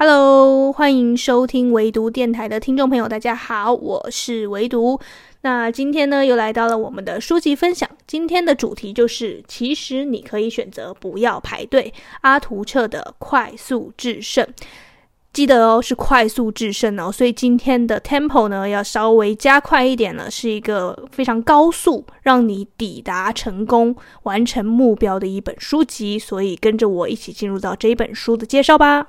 Hello， 欢迎收听唯读电台的听众朋友，大家好，我是唯读。那今天呢，又来到了我们的书籍分享。今天的主题就是，其实你可以选择不要排队。阿图彻的快速制胜。记得哦，是快速制胜哦，所以今天的 tempo 呢要稍微加快一点了，是一个非常高速，让你抵达成功、完成目标的一本书籍。所以跟着我一起进入到这一本书的介绍吧。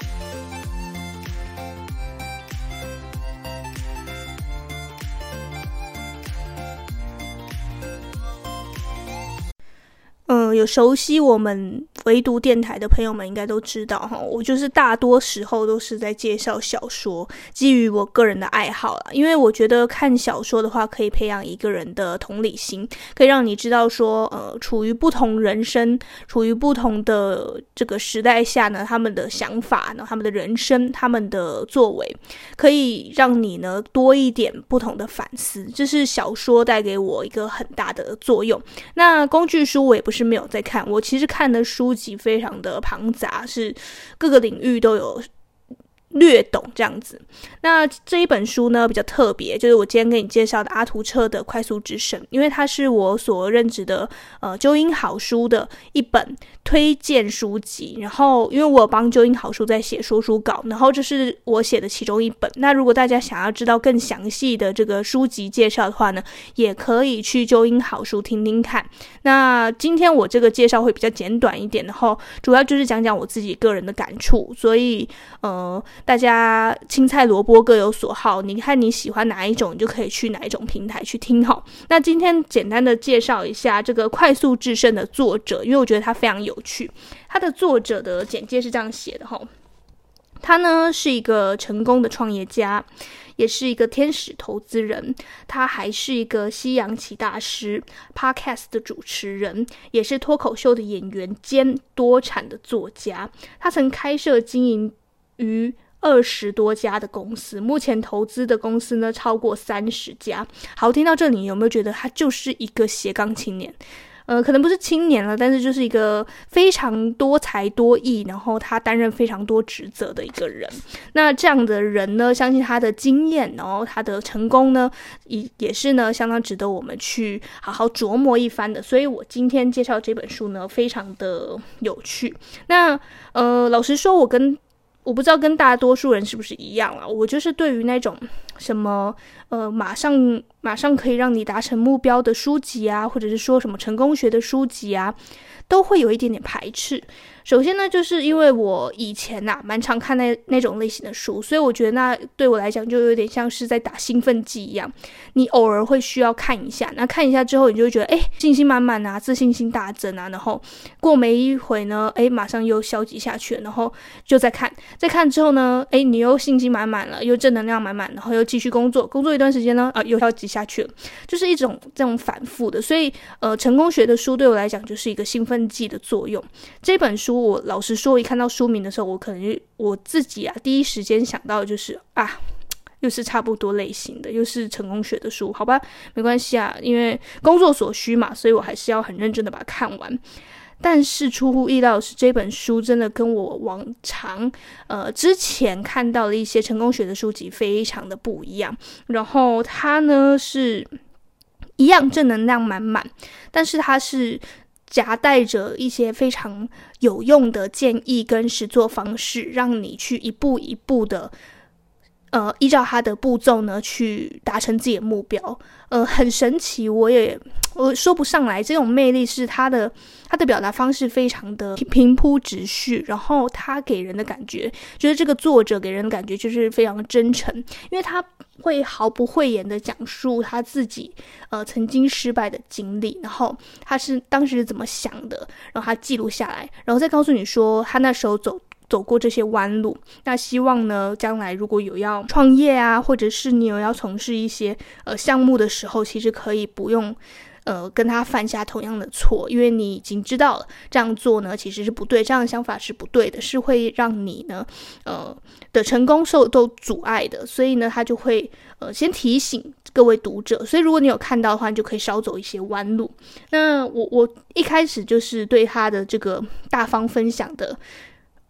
有熟悉我们唯读电台的朋友们应该都知道哈，我就是大多时候都是在介绍小说，基于我个人的爱好啦，因为我觉得看小说的话可以培养一个人的同理心，可以让你知道说处于不同人生，处于不同的这个时代下呢，他们的想法呢，他们的人生，他们的作为，可以让你呢多一点不同的反思，这是小说带给我一个很大的作用。那工具书我也不是没有在看，我其实看的书籍非常的庞杂，是各个领域都有略懂这样子。那这一本书呢比较特别，就是我今天给你介绍的阿图彻的快速制胜，因为它是我所任职的纠音好书的一本推荐书籍，然后因为我有帮纠音好书在写说书稿，然后这是我写的其中一本。那如果大家想要知道更详细的这个书籍介绍的话呢，也可以去纠音好书听听看。那今天我这个介绍会比较简短一点，然后主要就是讲讲我自己个人的感触，所以大家青菜萝卜各有所好，你看你喜欢哪一种，你就可以去哪一种平台去听好。那今天简单的介绍一下这个快速制胜的作者，因为我觉得他非常有趣。他的作者的简介是这样写的哈，他呢是一个成功的创业家，也是一个天使投资人，他还是一个西洋棋大师， Podcast 的主持人，也是脱口秀的演员兼多产的作家。他曾开设经营于20多家的公司，目前投资的公司呢超过30家。好，听到这里有没有觉得他就是一个斜杠青年？可能不是青年了，但是就是一个非常多才多艺，然后他担任非常多职责的一个人。那这样的人呢，相信他的经验，然后他的成功呢，也是呢相当值得我们去好好琢磨一番的。所以我今天介绍这本书呢，非常的有趣。那老实说，我不知道跟大多数人是不是一样啊，我就是对于那种什么马上可以让你达成目标的书籍啊，或者是说什么成功学的书籍啊，都会有一点点排斥。首先呢，就是因为我以前蛮常看那种类型的书，所以我觉得那对我来讲就有点像是在打兴奋剂一样，你偶尔会需要看一下，那看一下之后你就会觉得信心满满啊，自信心大增啊，然后过没一会呢马上又消极下去了，然后就再看之后呢你又信心满满了，又正能量满满，然后又继续工作一段时间呢又消极下去了，就是一种这种反复的。所以成功学的书对我来讲就是一个兴奋剂的作用。这本书我老实说，一看到书名的时候，我可能我自己第一时间想到的就是又是差不多类型的，又是成功学的书，好吧，没关系因为工作所需嘛，所以我还是要很认真的把它看完。但是出乎意料的是，这本书真的跟我往常之前看到的一些成功学的书籍非常的不一样。然后它呢是一样正能量满满，但是它是夹带着一些非常有用的建议跟实作方式，让你去一步一步的依照它的步骤呢去达成自己的目标。很神奇，我说不上来，这种魅力是它的表达方式非常的平铺直叙，然后他给人的感觉，就是这个作者给人的感觉就是非常真诚，因为他会毫不讳言的讲述他自己曾经失败的经历，然后他是当时是怎么想的，然后他记录下来，然后再告诉你说他那时候走过这些弯路。那希望呢将来如果有要创业或者是你有要从事一些项目的时候，其实可以不用跟他犯下同样的错，因为你已经知道了这样做呢其实是不对，这样的想法是不对的，是会让你呢的成功受到阻碍的。所以呢他就会先提醒各位读者，所以如果你有看到的话，你就可以少走一些弯路。那我一开始就是对他的这个大方分享的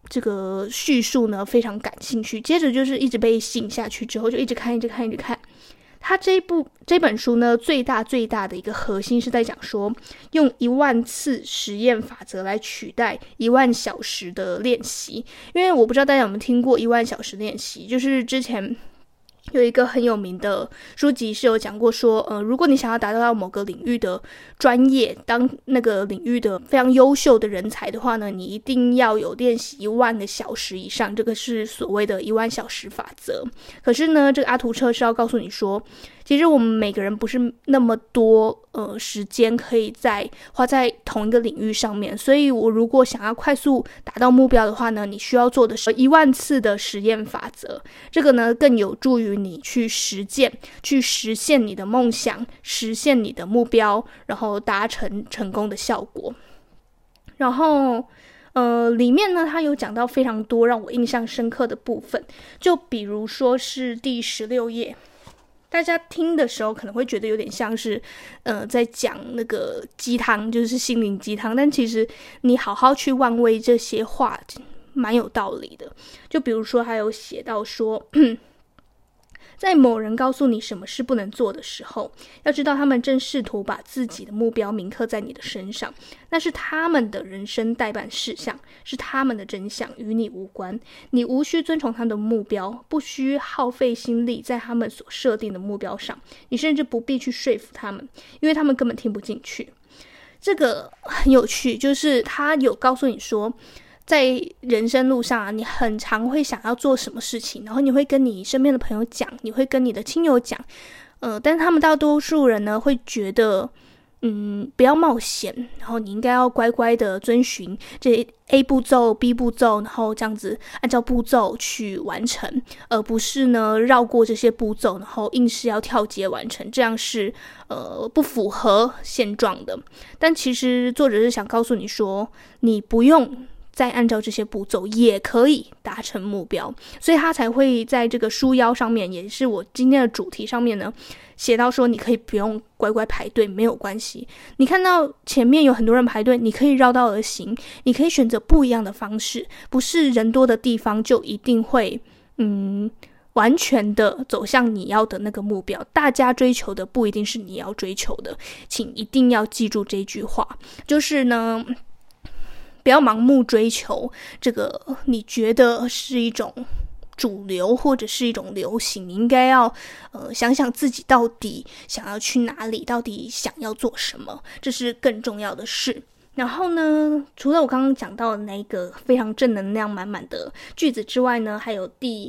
这个叙述呢非常感兴趣，接着就是一直被吸引下去，之后就一直看。他这本书呢，最大的一个核心是在讲说，用10000次实验法则来取代10000小时的练习。因为我不知道大家有没有听过10000小时练习，就是之前有一个很有名的书籍是有讲过说，如果你想要达到某个领域的专业，当那个领域的非常优秀的人才的话呢，你一定要有练习10000个小时以上，这个是所谓的10000小时法则。可是呢，这个阿图彻是要告诉你说，其实我们每个人不是那么多时间可以花在同一个领域上面，所以我如果想要快速达到目标的话呢，你需要做的是10000次的实验法则。这个呢更有助于你去实践，去实现你的梦想，实现你的目标，然后达成成功的效果。然后里面呢，他有讲到非常多让我印象深刻的部分，就比如说是第16页。大家听的时候可能会觉得有点像是在讲那个鸡汤，就是心灵鸡汤，但其实你好好去玩味这些话蛮有道理的。就比如说还有写到说在某人告诉你什么事不能做的时候，要知道他们正试图把自己的目标铭刻在你的身上，那是他们的人生代办事项，是他们的真相，与你无关。你无需遵从他们的目标，不需耗费心力在他们所设定的目标上，你甚至不必去说服他们，因为他们根本听不进去。这个很有趣，就是他有告诉你说，在人生路上啊，你很常会想要做什么事情，然后你会跟你身边的朋友讲，你会跟你的亲友讲，但是他们大多数人呢会觉得不要冒险，然后你应该要乖乖的遵循这 A 步骤 B 步骤，然后这样子按照步骤去完成，而不是呢绕过这些步骤，然后硬是要跳阶完成，这样是不符合现状的。但其实作者是想告诉你说，你不用再按照这些步骤也可以达成目标，所以他才会在这个书腰上面，也是我今天的主题上面呢，写到说你可以不用乖乖排队，没有关系。你看到前面有很多人排队，你可以绕道而行，你可以选择不一样的方式，不是人多的地方就一定会完全的走向你要的那个目标。大家追求的不一定是你要追求的，请一定要记住这句话，就是呢不要盲目追求这个你觉得是一种主流或者是一种流行，你应该要想想自己到底想要去哪里，到底想要做什么，这是更重要的事。然后呢，除了我刚刚讲到的那个非常正能量满满的句子之外呢，还有第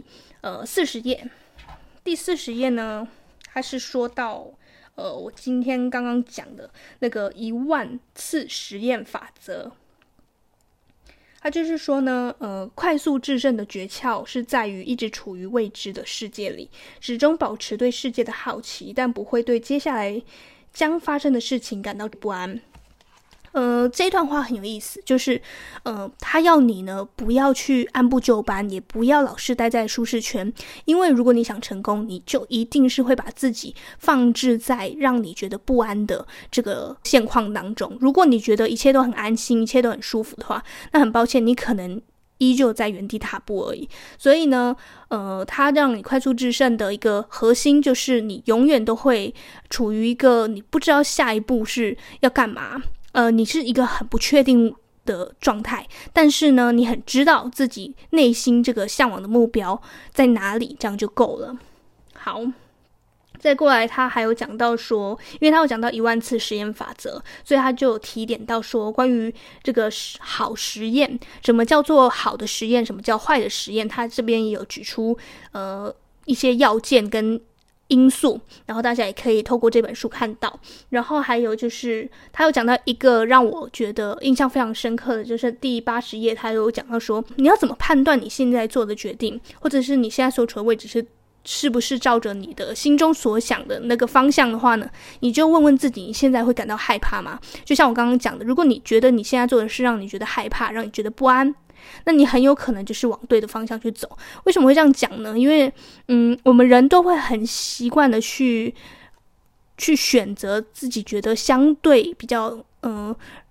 40页。第40页呢，它是说到我今天刚刚讲的那个10000次实验法则。他就是说呢，快速制胜的诀窍是在于一直处于未知的世界里，始终保持对世界的好奇，但不会对接下来将发生的事情感到不安。这段话很有意思，就是他要你呢不要去按部就班，也不要老是待在舒适圈，因为如果你想成功，你就一定是会把自己放置在让你觉得不安的这个现况当中。如果你觉得一切都很安心，一切都很舒服的话，那很抱歉，你可能依旧在原地踏步而已。所以呢它让你快速制胜的一个核心就是你永远都会处于一个你不知道下一步是要干嘛，你是一个很不确定的状态，但是呢你很知道自己内心这个向往的目标在哪里，这样就够了。好，再过来他还有讲到说，因为他有讲到10000次实验法则，所以他就有提点到说关于这个好实验，什么叫做好的实验，什么叫坏的实验，他这边也有举出一些要件跟因素，然后大家也可以透过这本书看到。然后还有就是他有讲到一个让我觉得印象非常深刻的，就是第80页他有讲到说，你要怎么判断你现在做的决定，或者是你现在所处的位置是不是照着你的心中所想的那个方向的话呢，你就问问自己，你现在会感到害怕吗？就像我刚刚讲的，如果你觉得你现在做的事让你觉得害怕，让你觉得不安，那你很有可能就是往对的方向去走。为什么会这样讲呢？因为我们人都会很习惯的去选择自己觉得相对比较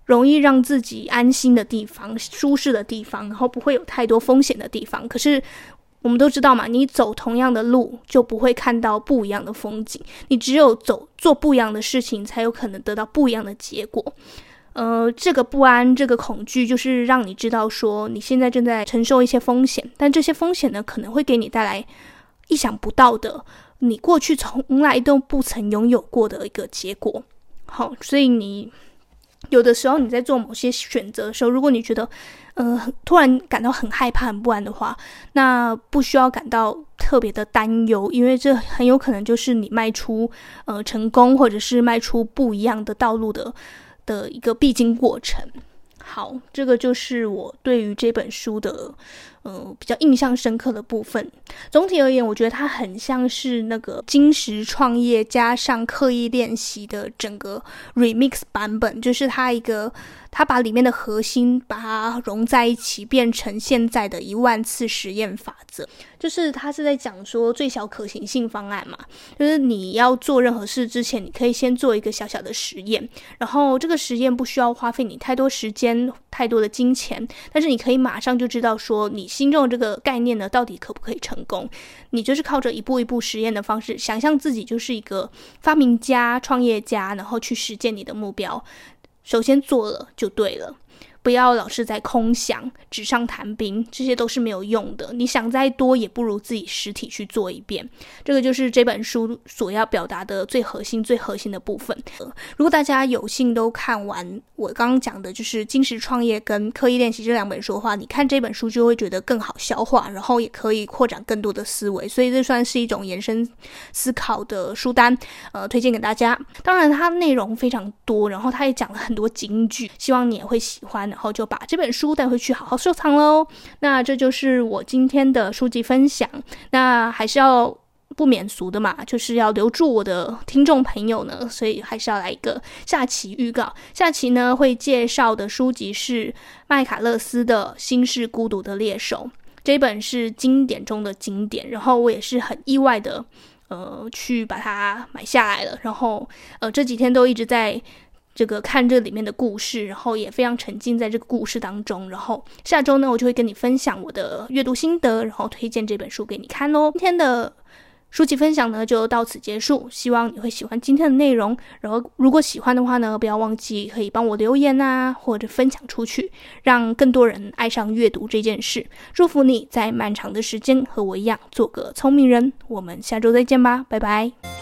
容易让自己安心的地方，舒适的地方，然后不会有太多风险的地方。可是我们都知道嘛，你走同样的路就不会看到不一样的风景，你只有做不一样的事情才有可能得到不一样的结果。这个不安，这个恐惧就是让你知道说你现在正在承受一些风险，但这些风险呢可能会给你带来意想不到的，你过去从来都不曾拥有过的一个结果。好，所以你有的时候你在做某些选择的时候，如果你觉得突然感到很害怕很不安的话，那不需要感到特别的担忧，因为这很有可能就是你迈出成功或者是迈出不一样的道路的一个必经过程。好，这个就是我对于这本书的比较印象深刻的部分。总体而言，我觉得它很像是那个精实创业加上刻意练习的整个 remix 版本，就是它把里面的核心把它融在一起，变成现在的10000次实验法则。就是它是在讲说最小可行性方案嘛，就是你要做任何事之前，你可以先做一个小小的实验，然后这个实验不需要花费你太多时间太多的金钱，但是你可以马上就知道说你心中的这个概念呢到底可不可以成功。你就是靠着一步一步实验的方式，想象自己就是一个发明家创业家，然后去实践你的目标。首先做了就对了，不要老是在空想纸上谈兵，这些都是没有用的，你想再多也不如自己实体去做一遍。这个就是这本书所要表达的最核心的部分。如果大家有幸都看完我刚刚讲的就是精实创业跟刻意练习这2本书的话，你看这本书就会觉得更好消化，然后也可以扩展更多的思维，所以这算是一种延伸思考的书单，推荐给大家。当然它内容非常多，然后它也讲了很多金句，希望你也会喜欢，然后就把这本书带回去好好收藏咯。那这就是我今天的书籍分享，那还是要不免俗的嘛，就是要留住我的听众朋友呢，所以还是要来一个下期预告。下期呢会介绍的书籍是麦卡勒斯的《心是孤独的猎手》，这本是经典中的经典，然后我也是很意外的去把它买下来了，然后这几天都一直在这个看这里面的故事，然后也非常沉浸在这个故事当中。然后下周呢我就会跟你分享我的阅读心得，然后推荐这本书给你看咯。今天的书籍分享呢就到此结束，希望你会喜欢今天的内容。然后如果喜欢的话呢，不要忘记可以帮我留言啊，或者分享出去，让更多人爱上阅读这件事。祝福你在漫长的时间和我一样做个聪明人。我们下周再见吧，拜拜。